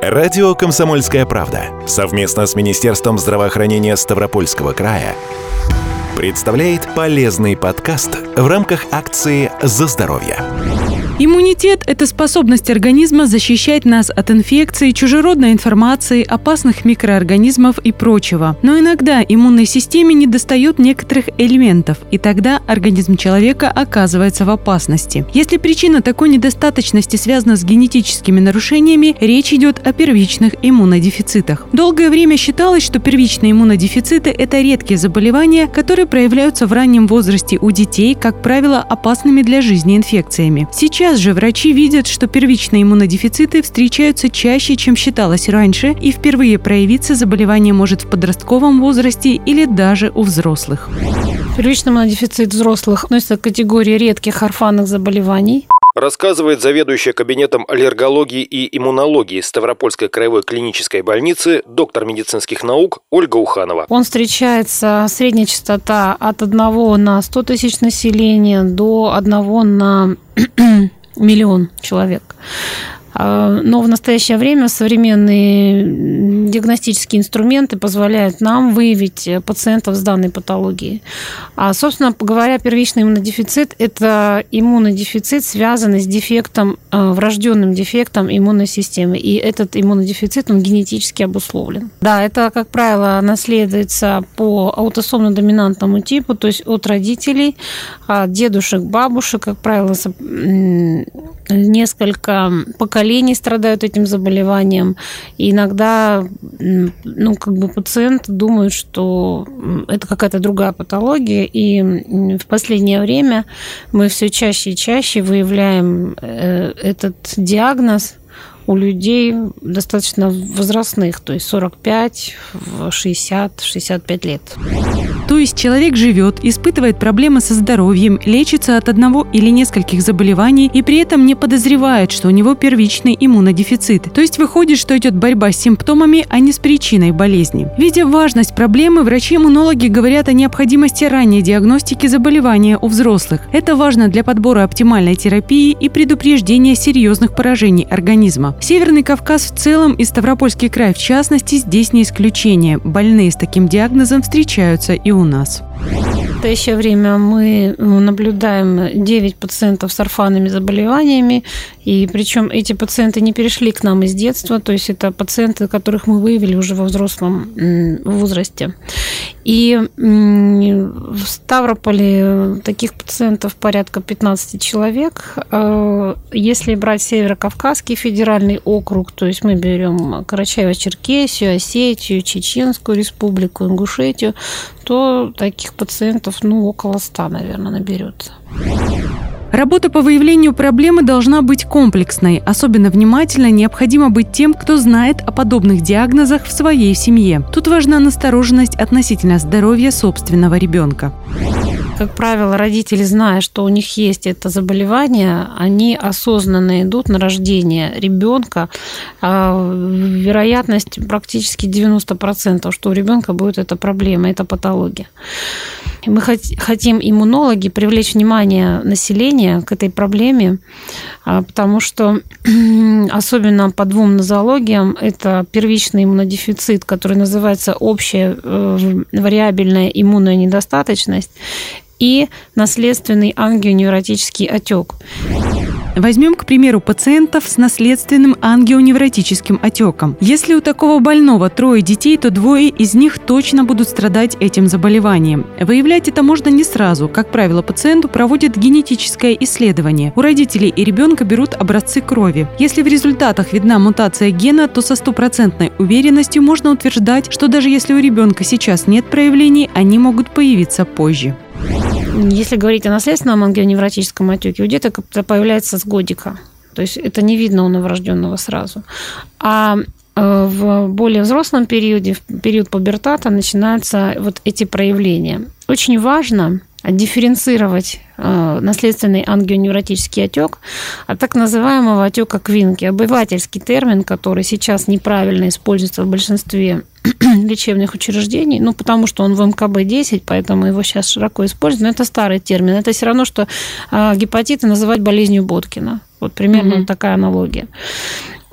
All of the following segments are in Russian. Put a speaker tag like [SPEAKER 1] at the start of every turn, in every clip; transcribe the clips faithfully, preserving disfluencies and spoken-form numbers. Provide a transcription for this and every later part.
[SPEAKER 1] Радио «Комсомольская правда» совместно с Министерством здравоохранения Ставропольского края представляет полезный подкаст в рамках акции «За здоровье».
[SPEAKER 2] Иммунитет – это способность организма защищать нас от инфекций, чужеродной информации, опасных микроорганизмов и прочего. Но иногда иммунной системе недостает некоторых элементов, и тогда организм человека оказывается в опасности. Если причина такой недостаточности связана с генетическими нарушениями, речь идет о первичных иммунодефицитах. Долгое время считалось, что первичные иммунодефициты – это редкие заболевания, которые проявляются в раннем возрасте у детей, как правило, опасными для жизни инфекциями. Сейчас Сейчас же врачи видят, что первичные иммунодефициты встречаются чаще, чем считалось раньше, и впервые проявиться заболевание может в подростковом возрасте или даже у взрослых.
[SPEAKER 3] Первичный иммунодефицит взрослых относится к категории редких орфанных заболеваний.
[SPEAKER 4] Рассказывает заведующая кабинетом аллергологии и иммунологии Ставропольской краевой клинической больницы, доктор медицинских наук Ольга Уханова.
[SPEAKER 3] Он встречается, средняя частота от одного на сто тысяч населения до одного на миллион человек. Но в настоящее время современные диагностические инструменты позволяют нам выявить пациентов с данной патологией. А, собственно говоря, первичный иммунодефицит – это иммунодефицит, связанный с дефектом, врожденным дефектом иммунной системы. И этот иммунодефицит, он генетически обусловлен. Да, это, как правило, наследуется по аутосомно-доминантному типу, то есть от родителей, от дедушек, бабушек, как правило, несколько поколений страдают этим заболеванием. И иногда ну, как бы пациент думает, что это какая-то другая патология. И в последнее время мы все чаще и чаще выявляем этот диагноз у людей достаточно возрастных, то есть сорок пять, шестьдесят, шестьдесят пять лет.
[SPEAKER 2] То есть человек живет, испытывает проблемы со здоровьем, лечится от одного или нескольких заболеваний и при этом не подозревает, что у него первичный иммунодефицит. То есть выходит, что идет борьба с симптомами, а не с причиной болезни. Видя важность проблемы, врачи-иммунологи говорят о необходимости ранней диагностики заболевания у взрослых. Это важно для подбора оптимальной терапии и предупреждения серьезных поражений организма. Северный Кавказ в целом и Ставропольский край в частности здесь не исключение. Больные с таким диагнозом встречаются и у нас.
[SPEAKER 3] В настоящее время мы наблюдаем девять пациентов с орфанными заболеваниями, и причем эти пациенты не перешли к нам из детства, то есть это пациенты, которых мы выявили уже во взрослом возрасте. И в Ставрополе таких пациентов порядка пятнадцать человек. Если брать Северо-Кавказский федеральный округ, то есть мы берем Карачаево-Черкесию, Осетию, Чеченскую республику, Ингушетию, то таких пациентов ну, около ста, наверное, наберется.
[SPEAKER 2] Работа по выявлению проблемы должна быть комплексной. Особенно внимательно необходимо быть тем, кто знает о подобных диагнозах в своей семье. Тут важна настороженность относительно здоровья собственного ребенка.
[SPEAKER 3] Как правило, родители, зная, что у них есть это заболевание, они осознанно идут на рождение ребенка. Вероятность практически девяносто процентов, что у ребенка будет эта проблема, эта патология. Мы хотим, иммунологи, привлечь внимание населения к этой проблеме, потому что особенно по двум нозологиям это первичный иммунодефицит, который называется общая вариабельная иммунная недостаточность, и наследственный ангионевротический отек.
[SPEAKER 2] Возьмем, к примеру, пациентов с наследственным ангионевротическим отеком. Если у такого больного трое детей, то двое из них точно будут страдать этим заболеванием. Выявлять это можно не сразу. Как правило, пациенту проводят генетическое исследование. У родителей и ребенка берут образцы крови. Если в результатах видна мутация гена, то со стопроцентной уверенностью можно утверждать, что даже если у ребенка сейчас нет проявлений, они могут появиться позже.
[SPEAKER 3] Если говорить о наследственном ангионевротическом отеке, у деток это появляется с годика. То есть это не видно у новорожденного сразу. А в более взрослом периоде, в период пубертата, начинаются вот эти проявления. Очень важно дифференцировать наследственный ангионевротический отек от так называемого отека Квинки. Обывательский термин, который сейчас неправильно используется в большинстве лечебных учреждений, ну, потому что он в эм ка бэ десять, поэтому его сейчас широко используют, но это старый термин. Это все равно, что гепатиты называть болезнью Боткина. Вот примерно mm-hmm. такая аналогия.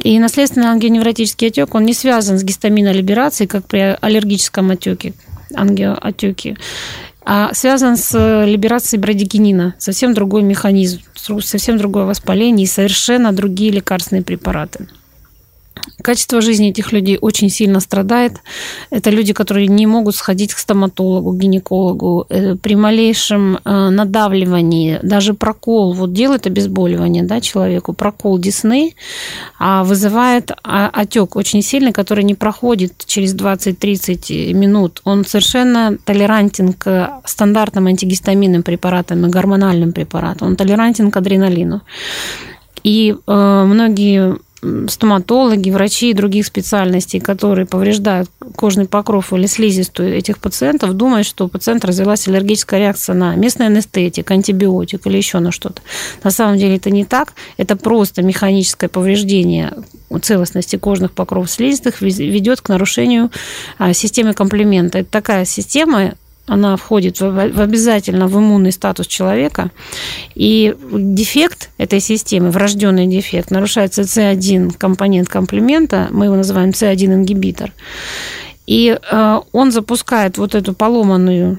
[SPEAKER 3] И наследственный ангионевротический отек, он не связан с гистаминолиберацией, как при аллергическом отеке, ангиоотеке, а связан с либерацией брадикинина. Совсем другой механизм, совсем другое воспаление и совершенно другие лекарственные препараты. Качество жизни этих людей очень сильно страдает. Это люди, которые не могут сходить к стоматологу, к гинекологу. При малейшем надавливании, даже прокол, вот делает обезболивание, да, человеку, прокол десны вызывает отек очень сильный, который не проходит через двадцать-тридцать минут. Он совершенно толерантен к стандартным антигистаминным препаратам и гормональным препаратам. Он толерантен к адреналину. И многие стоматологи, врачи и других специальностей, которые повреждают кожный покров или слизистую этих пациентов, думают, что у пациента развилась аллергическая реакция на местный анестетик, антибиотик или еще на что-то. На самом деле это не так. Это просто механическое повреждение целостности кожных покровов слизистых ведет к нарушению системы комплимента. Это такая система, она входит в обязательно в иммунный статус человека. И дефект этой системы, врожденный дефект, нарушается си один компонент комплимента, мы его называем си один ингибитор. И он запускает вот эту поломанную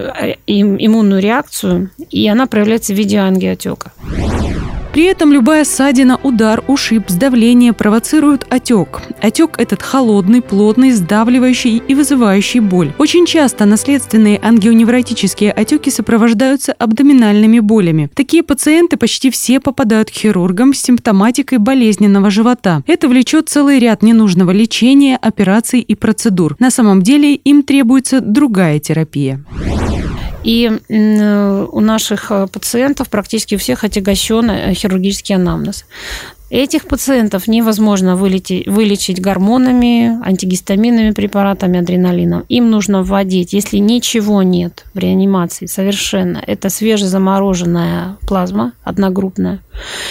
[SPEAKER 3] иммунную реакцию, и она проявляется в виде ангиотека.
[SPEAKER 2] При этом любая ссадина, удар, ушиб, сдавление провоцируют отек. Отек этот холодный, плотный, сдавливающий и вызывающий боль. Очень часто наследственные ангионевротические отеки сопровождаются абдоминальными болями. Такие пациенты почти все попадают к хирургам с симптоматикой болезненного живота. Это влечет целый ряд ненужного лечения, операций и процедур. На самом деле им требуется другая терапия.
[SPEAKER 3] И у наших пациентов практически у всех отягощен хирургический анамнез. Этих пациентов невозможно вылечить, вылечить гормонами, антигистаминными препаратами, адреналином. Им нужно вводить, если ничего нет в реанимации совершенно, это свежезамороженная плазма одногруппная.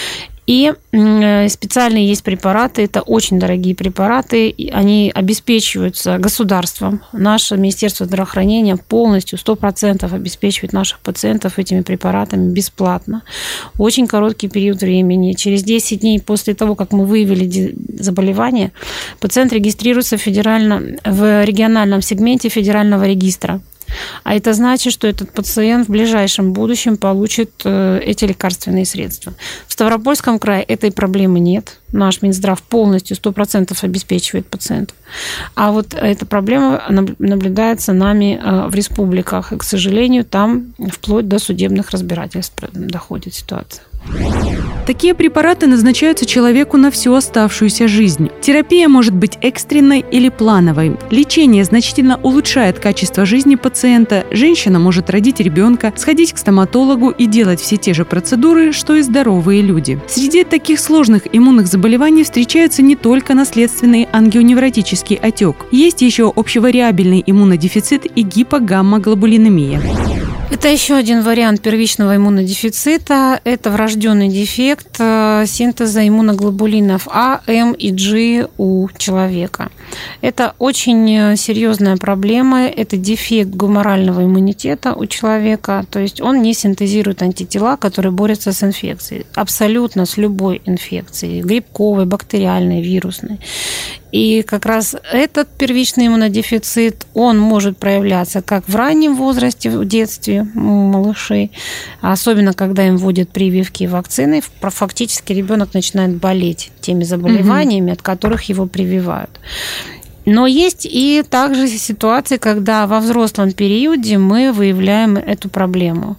[SPEAKER 3] И специальные есть препараты, это очень дорогие препараты, они обеспечиваются государством. Наше Министерство здравоохранения полностью, сто процентов обеспечивает наших пациентов этими препаратами бесплатно. Очень короткий период времени. Через десять дней после того, как мы выявили заболевание, пациент регистрируется в, федерально, в региональном сегменте федерального регистра. А это значит, что этот пациент в ближайшем будущем получит эти лекарственные средства. В Ставропольском крае этой проблемы нет. Наш Минздрав полностью, сто процентов обеспечивает пациентов. А вот эта проблема наблюдается нами в республиках. И, к сожалению, там вплоть до судебных разбирательств доходит ситуация.
[SPEAKER 2] Такие препараты назначаются человеку на всю оставшуюся жизнь. Терапия может быть экстренной или плановой. Лечение значительно улучшает качество жизни пациента. Женщина может родить ребенка, сходить к стоматологу и делать все те же процедуры, что и здоровые люди. Среди таких сложных иммунных заболеваний встречается не только наследственный ангионевротический отек. Есть еще общевариабельный иммунодефицит и гипогаммоглобулинемия.
[SPEAKER 3] Это еще один вариант первичного иммунодефицита. Это врожденный дефект синтеза иммуноглобулинов А, М и G у человека. Это очень серьезная проблема. Это дефект гуморального иммунитета у человека. То есть он не синтезирует антитела, которые борются с инфекцией. Абсолютно с любой инфекцией. Грибковой, бактериальной, вирусной. И как раз этот первичный иммунодефицит, он может проявляться как в раннем возрасте, в детстве у малышей, особенно когда им вводят прививки и вакцины, фактически ребенок начинает болеть теми заболеваниями, от которых его прививают. Но есть и также ситуации, когда во взрослом периоде мы выявляем эту проблему.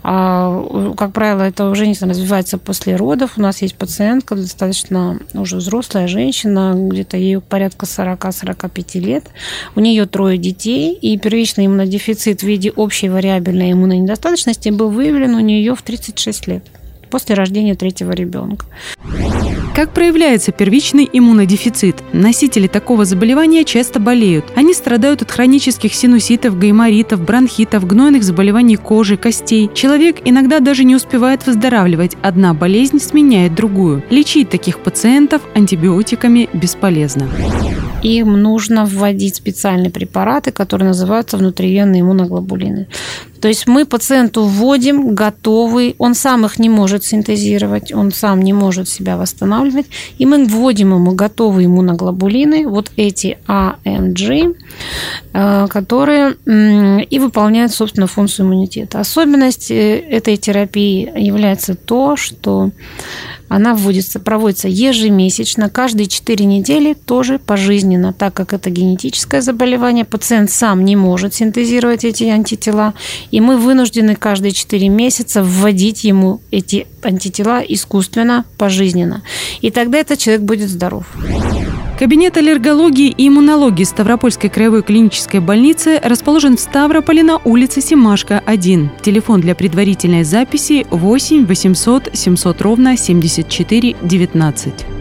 [SPEAKER 3] Как правило, это уже не развивается после родов. У нас есть пациентка, достаточно уже взрослая женщина, где-то ей порядка сорок-сорок пять лет. У нее трое детей, и первичный иммунодефицит в виде общей вариабельной иммунонедостаточности был выявлен у нее в тридцать шесть лет, после рождения третьего ребенка.
[SPEAKER 2] Как проявляется первичный иммунодефицит? Носители такого заболевания часто болеют. Они страдают от хронических синуситов, гайморитов, бронхитов, гнойных заболеваний кожи, костей. Человек иногда даже не успевает выздоравливать. Одна болезнь сменяет другую. Лечить таких пациентов антибиотиками бесполезно.
[SPEAKER 3] им нужно вводить специальные препараты, которые называются внутривенные иммуноглобулины. То есть мы пациенту вводим готовый, он сам их не может синтезировать, он сам не может себя восстанавливать, и мы вводим ему готовые иммуноглобулины, вот эти а эм джи, которые и выполняют, собственно, функцию иммунитета. Особенность этой терапии является то, что она вводится, проводится ежемесячно, каждые четыре недели, тоже пожизненно, так как это генетическое заболевание, пациент сам не может синтезировать эти антитела, и мы вынуждены каждые четыре месяца вводить ему эти антитела искусственно, пожизненно. И тогда этот человек будет здоров.
[SPEAKER 2] Кабинет аллергологии и иммунологии Ставропольской краевой клинической больницы расположен в Ставрополе на улице Семашко, один. Телефон для предварительной записи восемь восемьсот семьсот ровно семьдесят четыре девятнадцать.